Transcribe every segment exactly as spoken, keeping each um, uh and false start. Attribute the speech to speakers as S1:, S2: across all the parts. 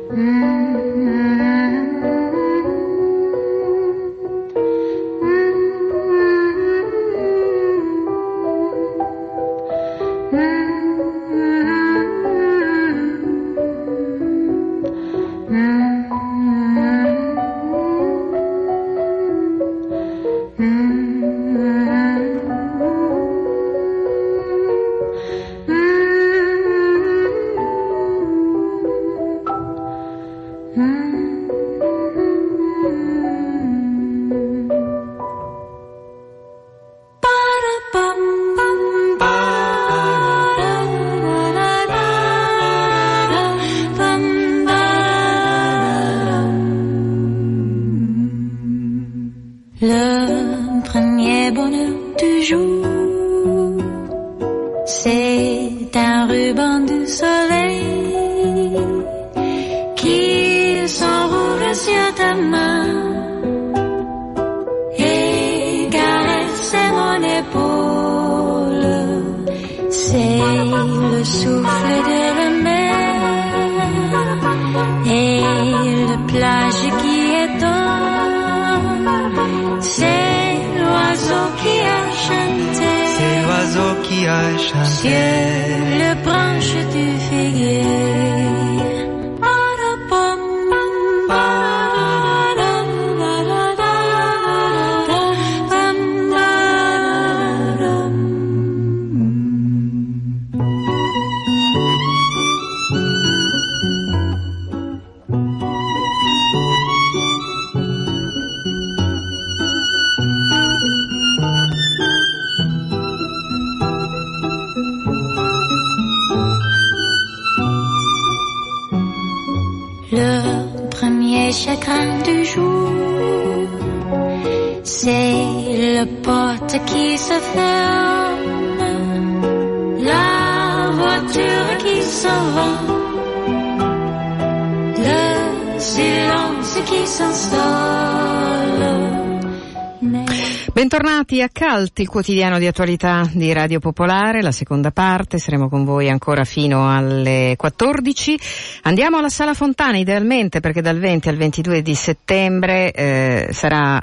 S1: Bentornati a Cult, il quotidiano di attualità di Radio Popolare, la seconda parte, saremo con voi ancora fino alle quattordici. Andiamo alla Sala Fontana idealmente perché dal venti al ventidue di settembre eh, sarà,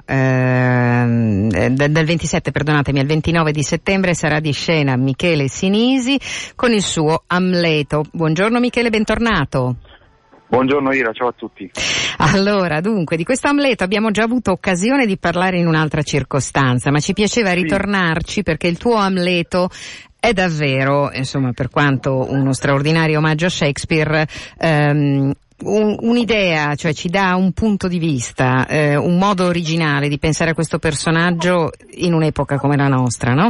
S1: eh, dal ventisette perdonatemi al ventinove di settembre sarà di scena Michele Sinisi con il suo Amleto. Buongiorno Michele, bentornato.
S2: Buongiorno Ira, ciao a tutti.
S1: Allora, dunque, di questo Amleto abbiamo già avuto occasione di parlare in un'altra circostanza, ma ci piaceva sì. ritornarci perché il tuo Amleto è davvero, insomma, per quanto uno straordinario omaggio a Shakespeare, ehm, un, un'idea, cioè ci dà un punto di vista, eh, un modo originale di pensare a questo personaggio in un'epoca come la nostra, no?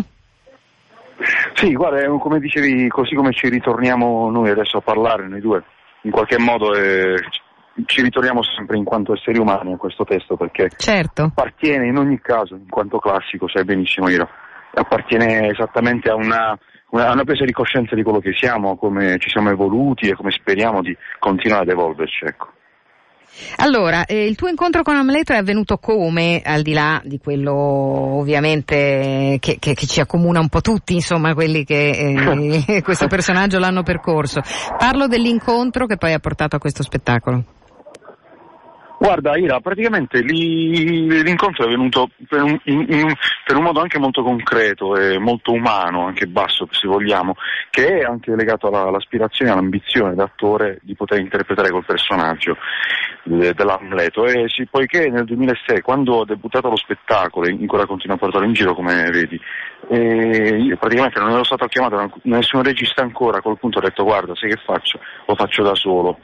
S2: Sì, guarda, come dicevi, così come ci ritorniamo noi adesso a parlare, noi due, in qualche modo eh, ci ritorniamo sempre in quanto esseri umani a questo testo, perché
S1: certo.
S2: appartiene in ogni caso, in quanto classico, sai benissimo Ira, appartiene esattamente a una, una, una presa di coscienza di quello che siamo, come ci siamo evoluti e come speriamo di continuare ad evolverci, ecco.
S1: Allora, eh, il tuo incontro con Amleto è avvenuto come, al di là di quello ovviamente che, che, che ci accomuna un po' tutti, insomma, quelli che eh, questo personaggio l'hanno percorso. Parlo dell'incontro che poi ha portato a questo spettacolo.
S2: Guarda Ira, praticamente lì, l'incontro è venuto per un, in, in, per un modo anche molto concreto e molto umano, anche basso se vogliamo, che è anche legato alla, all'aspirazione e all'ambizione d'attore di poter interpretare quel personaggio de, dell'Amleto. E sì, poiché nel duemilasei, quando ho debuttato lo spettacolo, ancora continuo a portarlo in giro come vedi, e io praticamente non ero stato chiamato da nessun regista ancora, a quel punto ho detto guarda, sai che faccio? Lo faccio da solo,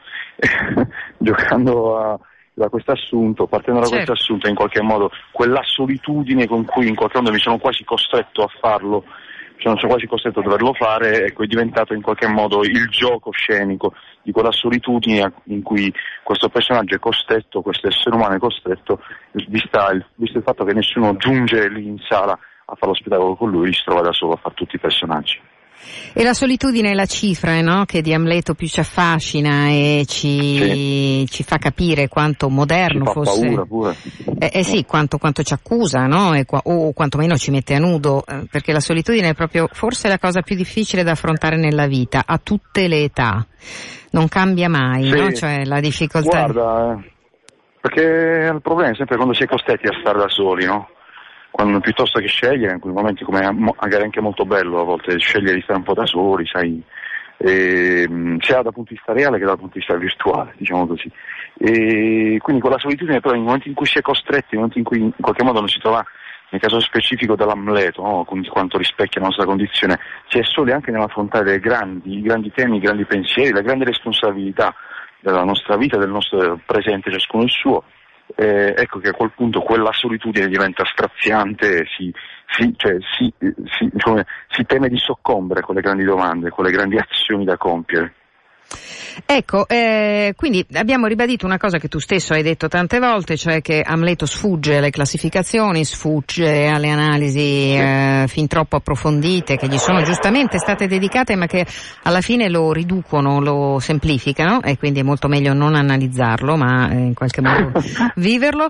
S2: giocando a da questo assunto, partendo da certo. questo assunto, in qualche modo quella solitudine con cui in qualche modo mi sono quasi costretto a farlo, sono quasi costretto a doverlo fare, ecco, è diventato in qualche modo il gioco scenico di quella solitudine in cui questo personaggio è costretto, questo essere umano è costretto, vista il, visto il fatto che nessuno giunge lì in sala a fare lo spettacolo con lui, si trova da solo a fare tutti i personaggi.
S1: E la solitudine è la cifra, no? Che di Amleto più ci affascina e ci, sì. ci fa capire quanto moderno
S2: ci fa
S1: fosse.
S2: Paura pure.
S1: Eh, eh sì, quanto, quanto ci accusa, no? E qua, o quantomeno ci mette a nudo, eh, perché la solitudine è proprio forse la cosa più difficile da affrontare nella vita, a tutte le età. Non cambia mai,
S2: sì.
S1: no? Cioè la difficoltà.
S2: Guarda, eh, perché il problema è sempre quando si è costretti a stare da soli, no? Quando piuttosto che scegliere, in quei momenti come magari anche molto bello a volte scegliere di stare un po' da soli, sai, e, sia dal punto di vista reale che dal punto di vista virtuale, diciamo così. E quindi quella solitudine però nel momento in cui si è costretti, nel momento in cui in qualche modo non si trova, nel caso specifico dell'Amleto, no? Quindi quanto rispecchia la nostra condizione, si è soli anche nell'affrontare dei grandi, i grandi temi, i grandi pensieri, la grande responsabilità della nostra vita, del nostro presente, ciascuno il suo. Eh, ecco che a quel punto quella solitudine diventa straziante, si, si, cioè, si, si, come, si teme di soccombere con le grandi domande, con le grandi azioni da compiere.
S1: Ecco, eh, quindi abbiamo ribadito una cosa che tu stesso hai detto tante volte, cioè che Amleto sfugge alle classificazioni, sfugge alle analisi eh, fin troppo approfondite che gli sono giustamente state dedicate, ma che alla fine lo riducono, lo semplificano, e quindi è molto meglio non analizzarlo, ma eh, in qualche modo viverlo.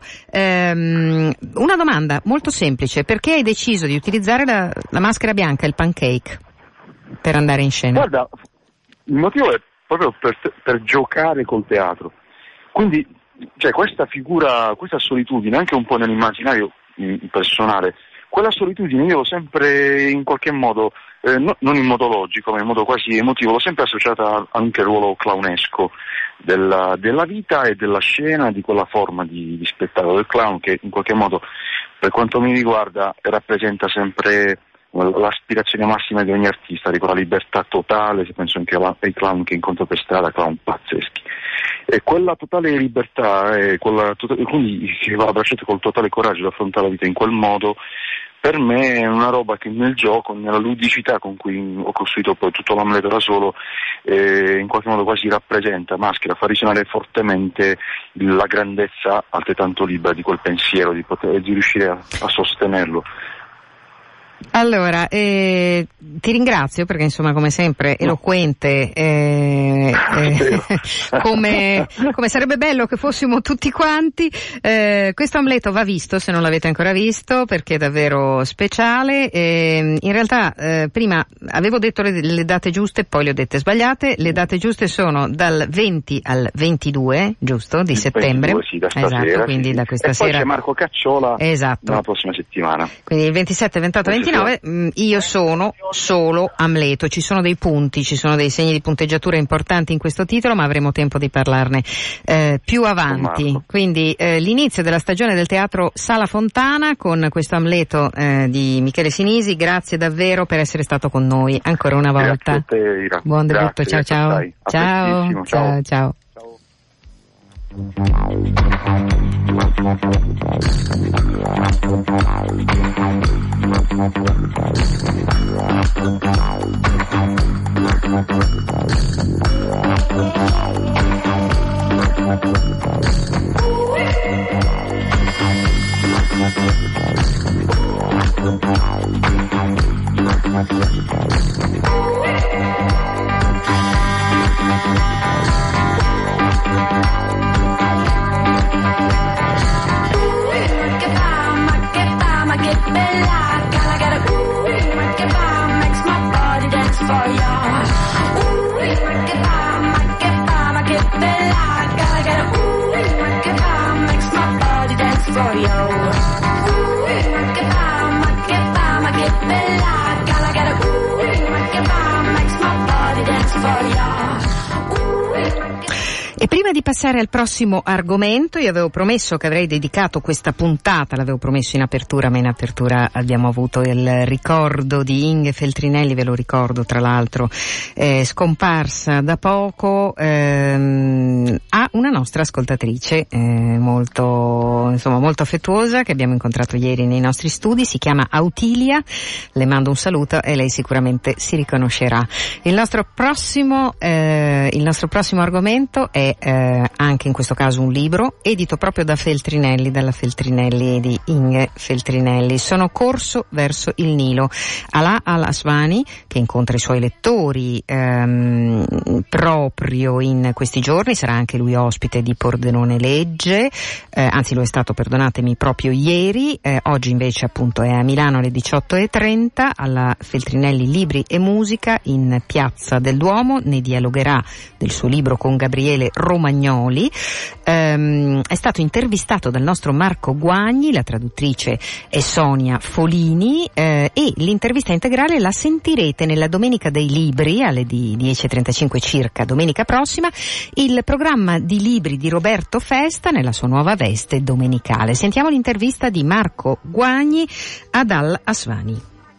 S1: Ehm, una domanda molto semplice: perché hai deciso di utilizzare la, la maschera bianca, il pancake, per andare in scena?
S2: Guarda, il motivo è proprio per, per giocare col teatro. Quindi, cioè, questa figura, questa solitudine, anche un po' nell'immaginario mh, personale, quella solitudine io l'ho sempre in qualche modo, eh, no, non in modo logico, ma in modo quasi emotivo, l'ho sempre associata anche al ruolo clownesco della, della vita e della scena, di quella forma di, di spettacolo del clown che in qualche modo, per quanto mi riguarda, rappresenta sempre l'aspirazione massima di ogni artista, di quella libertà totale. Se penso anche ai clown che incontro per strada, clown pazzeschi, e quella totale libertà, e quella totale, quindi che va abbracciato col totale coraggio di affrontare la vita in quel modo, per me è una roba che nel gioco, nella ludicità con cui ho costruito poi tutto l'Amleto da solo, eh, in qualche modo quasi rappresenta, maschera, fa risuonare fortemente la grandezza altrettanto libera di quel pensiero, di poter, di riuscire a, a sostenerlo.
S1: Allora, eh, ti ringrazio perché insomma come sempre eloquente, eh, eh, come, come sarebbe bello che fossimo tutti quanti. Eh, questo Amleto va visto se non l'avete ancora visto, perché è davvero speciale. Eh, in realtà eh, prima avevo detto le, le date giuste, poi le ho dette sbagliate. Le date giuste sono dal venti al ventidue, giusto, di
S2: il
S1: settembre.
S2: ventidue, sì, da stasera,
S1: esatto, quindi
S2: sì,
S1: da questa
S2: e
S1: sera.
S2: Poi c'è Marco Cacciola,
S1: esatto,
S2: la prossima settimana.
S1: Quindi il ventisette, ventotto, ventinove. Io sono solo Amleto. Ci sono dei punti, ci sono dei segni di punteggiatura importanti in questo titolo, ma avremo tempo di parlarne eh, più avanti. Quindi eh, l'inizio della stagione del teatro Sala Fontana con questo Amleto eh, di Michele Sinisi. Grazie davvero per essere stato con noi ancora una volta.
S2: Grazie a te, Ira.
S1: Buon debutto, ciao ciao. Ciao, ciao, ciao. Ciao. E prima di passare al prossimo argomento, io avevo promesso che avrei dedicato questa puntata, l'avevo promesso in apertura, ma in apertura abbiamo avuto il ricordo di Inge Feltrinelli, ve lo ricordo tra l'altro, eh, scomparsa da poco, ehm, a una una nostra ascoltatrice eh, molto, insomma, molto affettuosa, che abbiamo incontrato ieri nei nostri studi. Si chiama Autilia, le mando un saluto e lei sicuramente si riconoscerà. Il nostro prossimo, eh, il nostro prossimo argomento è eh, anche in questo caso un libro edito proprio da Feltrinelli, dalla Feltrinelli di Inge Feltrinelli. Sono corso verso il Nilo. Alaa Al-Aswany, che incontra i suoi lettori ehm, proprio in questi giorni, sarà anche lui ospite di Pordenone Legge, eh, anzi lo è stato, perdonatemi, proprio ieri. Eh, oggi invece appunto è a Milano alle diciotto e trenta alla Feltrinelli Libri e Musica in Piazza del Duomo. Ne dialogherà del suo libro con Gabriele Romagnoli. Ehm, è stato intervistato dal nostro Marco Guagni, la traduttrice è Sonia Folini, eh, e l'intervista integrale la sentirete nella Domenica dei Libri alle dieci e trentacinque circa domenica prossima, il programma di libri di Roberto Festa nella sua nuova veste domenicale. Sentiamo l'intervista di Marco Guagni ad Al-Aswany.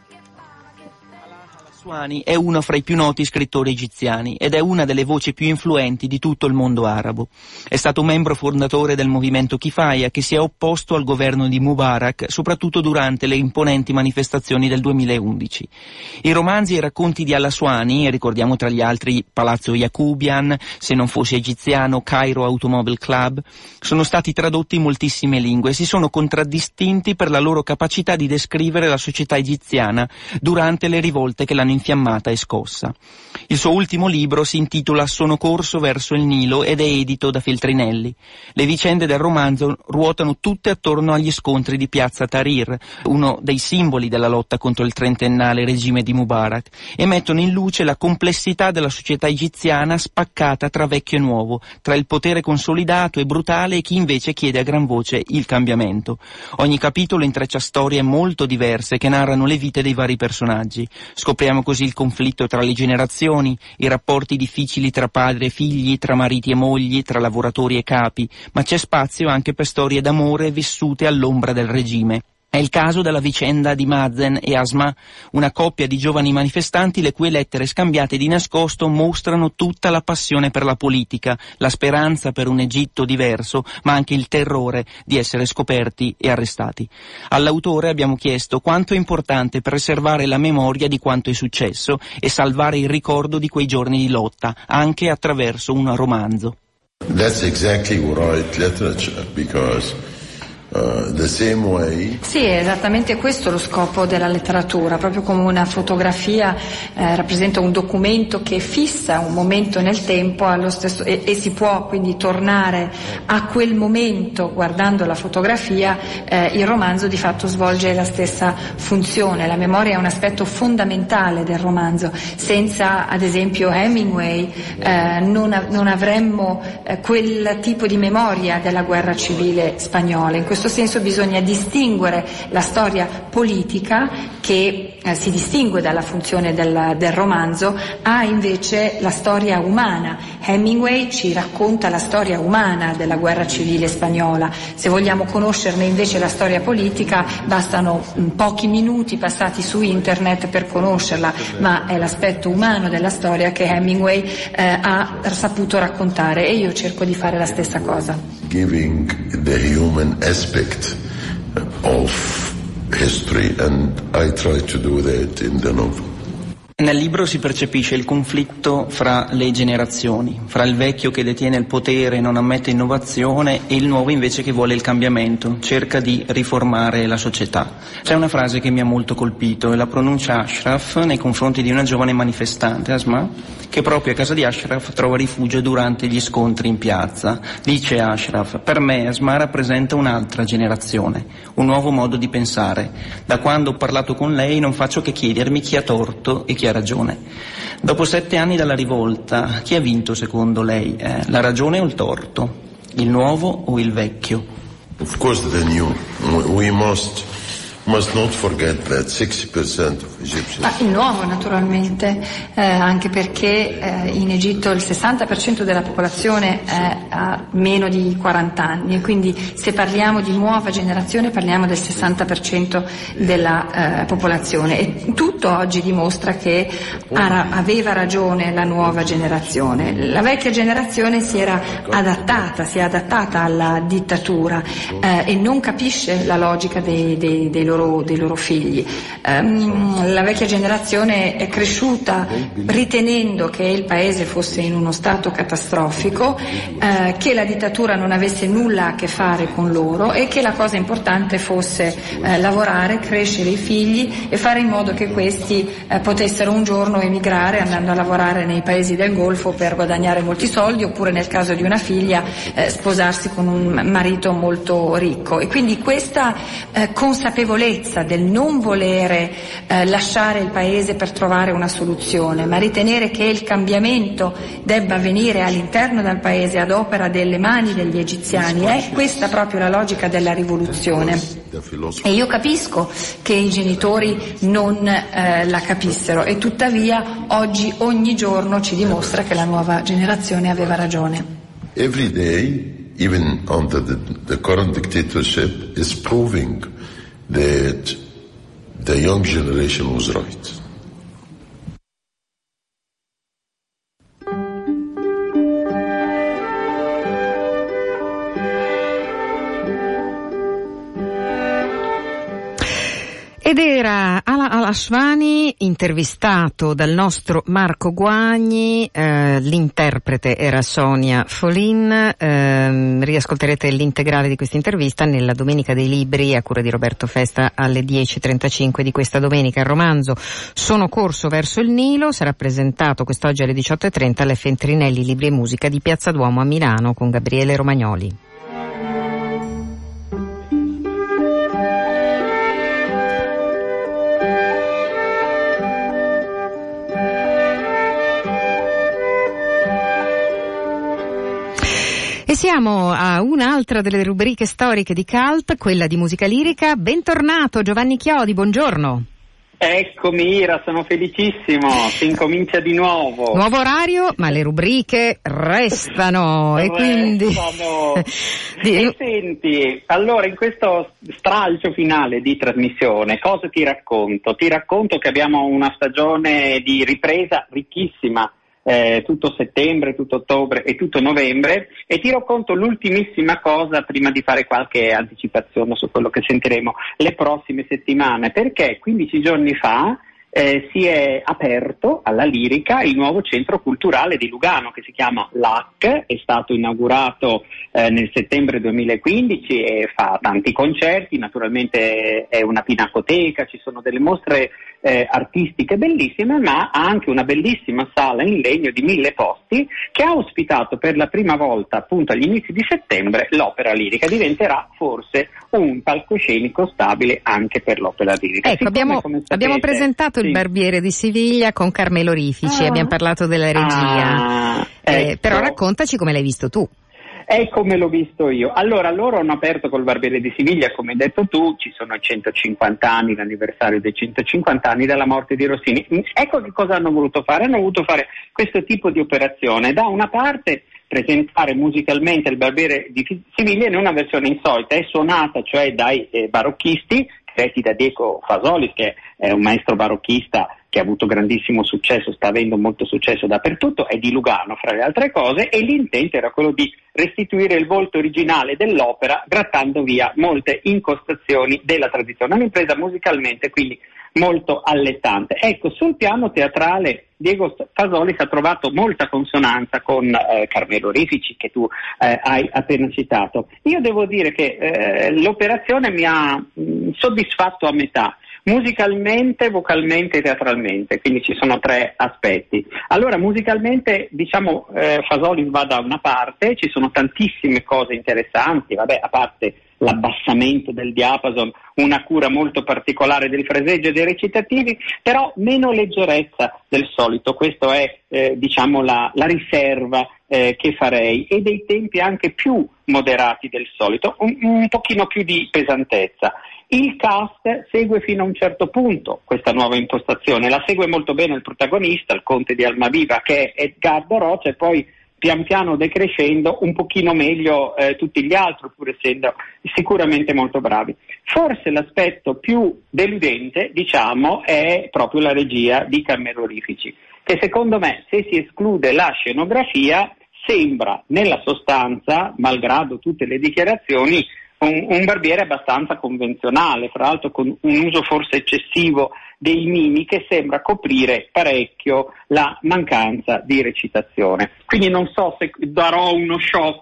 S3: Al-Aswany è uno fra i più noti scrittori egiziani ed è una delle voci più influenti di tutto il mondo arabo. È stato membro fondatore del movimento Kifaya, che si è opposto al governo di Mubarak, soprattutto durante le imponenti manifestazioni del duemilaundici. I romanzi e i racconti di Al-Aswany, ricordiamo tra gli altri Palazzo Yacubian, Se non fossi egiziano, Cairo Automobile Club, sono stati tradotti in moltissime lingue e si sono contraddistinti per la loro capacità di descrivere la società egiziana durante le rivolte che l'hanno infiammata e scossa. Il suo ultimo libro si intitola Sono corso verso il Nilo ed è edito da Feltrinelli. Le vicende del romanzo ruotano tutte attorno agli scontri di Piazza Tahrir, uno dei simboli della lotta contro il trentennale regime di Mubarak, e mettono in luce la complessità della società egiziana spaccata tra vecchio e nuovo, tra il potere consolidato e brutale e chi invece chiede a gran voce il cambiamento. Ogni capitolo intreccia storie molto diverse che narrano le vite dei vari personaggi. Scopriamo così il conflitto tra le generazioni, i rapporti difficili tra padri e figli, tra mariti e mogli, tra lavoratori e capi, ma c'è spazio anche per storie d'amore vissute all'ombra del regime. È il caso della vicenda di Mazen e Asma, una coppia di giovani manifestanti le cui lettere scambiate di nascosto mostrano tutta la passione per la politica, la speranza per un Egitto diverso, ma anche il terrore di essere scoperti e arrestati. All'autore abbiamo chiesto quanto è importante preservare la memoria di quanto è successo e salvare il ricordo di quei giorni di lotta, anche attraverso un romanzo.
S4: That's exactly what I write literature, because Uh, the same way.
S5: Sì, è esattamente questo lo scopo della letteratura, proprio come una fotografia eh, rappresenta un documento che fissa un momento nel tempo allo stesso, e, e si può quindi tornare a quel momento guardando la fotografia. Eh, il romanzo di fatto svolge la stessa funzione. La memoria è un aspetto fondamentale del romanzo. Senza ad esempio Hemingway eh, non, av- non avremmo eh, quel tipo di memoria della guerra civile spagnola. In questo In questo senso bisogna distinguere la storia politica, che eh, si distingue dalla funzione del, del romanzo, a invece la storia umana. Hemingway ci racconta la storia umana della guerra civile spagnola. Se vogliamo conoscerne invece la storia politica bastano mh, pochi minuti passati su internet per conoscerla, ma è l'aspetto umano della storia che Hemingway eh, ha saputo raccontare, e io cerco di fare la stessa cosa.
S4: Giving the human aspect of history, and I try to do that in the novel.
S3: Nel libro si percepisce il conflitto fra le generazioni, fra il vecchio che detiene il potere e non ammette innovazione e il nuovo invece che vuole il cambiamento, cerca di riformare la società. C'è una frase che mi ha molto colpito e la pronuncia Ashraf nei confronti di una giovane manifestante, Asma, che proprio a casa di Ashraf trova rifugio durante gli scontri in piazza. Dice Ashraf: per me Asma rappresenta un'altra generazione, un nuovo modo di pensare. Da quando ho parlato con lei non faccio che chiedermi chi ha torto e chi ha ragione. Dopo sette anni dalla rivolta, chi ha vinto secondo lei? Eh, la ragione o il torto? Il nuovo o il vecchio?
S4: Of course the new. We must must not forget that sixty percent of Egyptians...
S5: Ma il nuovo naturalmente, eh, anche perché eh, in Egitto il sessanta per cento della popolazione eh, ha meno di quaranta anni e quindi se parliamo di nuova generazione parliamo del sessanta per cento della eh, popolazione e tutto oggi dimostra che ara- aveva ragione la nuova generazione. La vecchia generazione si era adattata, si è adattata alla dittatura eh, e non capisce la logica dei, dei, dei loro dei loro figli. Um, la vecchia generazione è cresciuta ritenendo che il paese fosse in uno stato catastrofico, eh, che la dittatura non avesse nulla a che fare con loro e che la cosa importante fosse eh, lavorare, crescere i figli e fare in modo che questi eh, potessero un giorno emigrare andando a lavorare nei paesi del Golfo per guadagnare molti soldi oppure nel caso di una figlia eh, sposarsi con un marito molto ricco e quindi questa eh, consapevolezza del non volere eh, lasciare il paese per trovare una soluzione, ma ritenere che il cambiamento debba avvenire all'interno del paese ad opera delle mani degli egiziani, è questa proprio la logica della rivoluzione. E io capisco che i genitori non eh, la capissero e tuttavia oggi ogni giorno ci dimostra che la nuova generazione aveva ragione.
S4: Every day, even under the, the current dictatorship, is proving that the young generation was right.
S1: Ed era Ala Al-Ashvani intervistato dal nostro Marco Guagni, eh, l'interprete era Sonia Folin, eh, riascolterete l'integrale di questa intervista nella Domenica dei Libri a cura di Roberto Festa alle dieci e trentacinque di questa domenica. Il romanzo Sono corso verso il Nilo sarà presentato quest'oggi alle diciotto e trenta alle Feltrinelli Libri e Musica di Piazza Duomo a Milano con Gabriele Romagnoli. E siamo a un'altra delle rubriche storiche di Cult, quella di musica lirica. Bentornato Giovanni Chiodi, buongiorno.
S6: Eccomi Ira, sono felicissimo, si incomincia di nuovo.
S1: Nuovo orario, ma le rubriche restano, restano. E quindi...
S6: e senti, allora in questo stralcio finale di trasmissione cosa ti racconto? Ti racconto che abbiamo una stagione di ripresa ricchissima. Eh, tutto settembre, tutto ottobre e tutto novembre e ti racconto l'ultimissima cosa prima di fare qualche anticipazione su quello che sentiremo le prossime settimane, perché quindici giorni fa eh, si è aperto alla lirica il nuovo centro culturale di Lugano che si chiama L A C, è stato inaugurato eh, nel settembre duemilaquindici e fa tanti concerti, naturalmente è una pinacoteca, ci sono delle mostre Eh, artistiche bellissime, ma ha anche una bellissima sala in legno di mille posti che ha ospitato per la prima volta appunto agli inizi di settembre l'opera lirica. Diventerà forse un palcoscenico stabile anche per l'opera lirica.
S1: Ecco, abbiamo, come sapete, abbiamo presentato sì. Il Barbiere di Siviglia con Carmelo Rifici, ah. abbiamo parlato della regia,
S6: ah,
S1: eh,
S6: ecco.
S1: Però raccontaci come l'hai visto tu.
S6: È come l'ho visto io. Allora, loro hanno aperto col Barbiere di Siviglia, come hai detto tu, ci sono i centocinquanta anni, l'anniversario dei centocinquanta anni dalla morte di Rossini. Ecco che cosa hanno voluto fare. Hanno voluto fare questo tipo di operazione. Da una parte presentare musicalmente il Barbiere di Siviglia in una versione insolita, è suonata cioè dai eh, barocchisti, creati da Diego Fasolis, che è un maestro barocchista che ha avuto grandissimo successo, sta avendo molto successo dappertutto, è di Lugano fra le altre cose, e l'intento era quello di restituire il volto originale dell'opera grattando via molte incostazioni della tradizione. Un'impresa musicalmente quindi molto allettante. Ecco, sul piano teatrale Diego Fasolis ha trovato molta consonanza con eh, Carmelo Rifici, che tu eh, hai appena citato. Io devo dire che eh, l'operazione mi ha mh, soddisfatto a metà, musicalmente, vocalmente e teatralmente, quindi ci sono tre aspetti. Allora, musicalmente, diciamo, eh, Fasolis va da una parte, ci sono tantissime cose interessanti, vabbè, a parte l'abbassamento del diapason, una cura molto particolare del fraseggio e dei recitativi, però meno leggerezza del solito. Questo è eh, diciamo la, la riserva eh, che farei, e dei tempi anche più moderati del solito, un, un pochino più di pesantezza. Il cast segue fino a un certo punto questa nuova impostazione, la segue molto bene il protagonista, il conte di Almaviva, che è Edgardo Rocha, e poi pian piano decrescendo un pochino meglio eh, tutti gli altri, pur essendo sicuramente molto bravi. Forse l'aspetto più deludente, diciamo, è proprio la regia di Carmelo Rifici, che secondo me, se si esclude la scenografia, sembra nella sostanza, malgrado tutte le dichiarazioni, un, un Barbiere abbastanza convenzionale, fra l'altro con un uso forse eccessivo dei mimi, che sembra coprire parecchio la mancanza di recitazione. Quindi non so se darò uno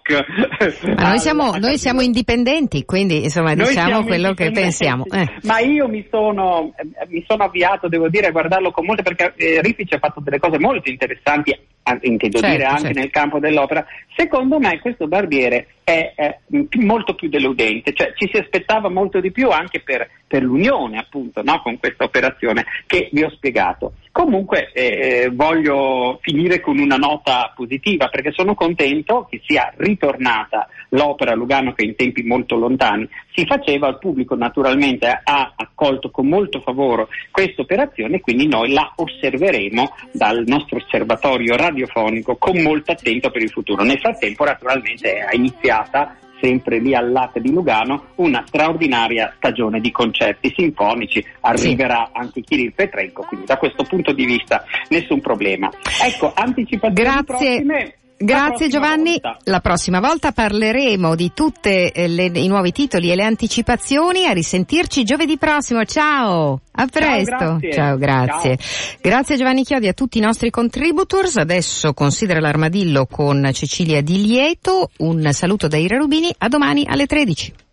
S6: shock.
S1: Ma noi siamo, noi siamo indipendenti, quindi insomma diciamo quello che pensiamo. Eh.
S6: Ma io mi sono, mi sono avviato, devo dire, a guardarlo con molte, perché eh, Rifici ha fatto delle cose molto interessanti, intendo certo, dire anche certo. nel campo dell'opera. Secondo me questo Barbiere è, è molto più deludente, cioè ci si aspettava molto di più anche per, per l'unione, appunto, no? Con questa operazione che vi ho spiegato. Comunque eh, voglio finire con una nota positiva, perché sono contento che sia ritornata l'opera Lugano, che in tempi molto lontani si faceva. Il pubblico naturalmente ha accolto con molto favore questa operazione, quindi noi la osserveremo dal nostro osservatorio radiofonico con molto attento per il futuro. Nel frattempo naturalmente è iniziata, sempre lì al latte di Lugano, una straordinaria stagione di concerti sinfonici. Arriverà sì. anche Kirill Petrenko, quindi da questo punto di vista nessun problema. Ecco, anticipazioni
S1: Grazie.
S6: prossime.
S1: Grazie Giovanni,
S6: volta.
S1: La prossima volta parleremo di tutti i nuovi titoli e le anticipazioni. A risentirci giovedì prossimo, ciao, a presto.
S6: Ciao, grazie.
S1: Ciao, grazie. Ciao. Grazie Giovanni Chiodi, a tutti i nostri contributors. Adesso Considera l'armadillo con Cecilia Di Lieto. Un saluto da Ira Rubini, a domani alle tredici.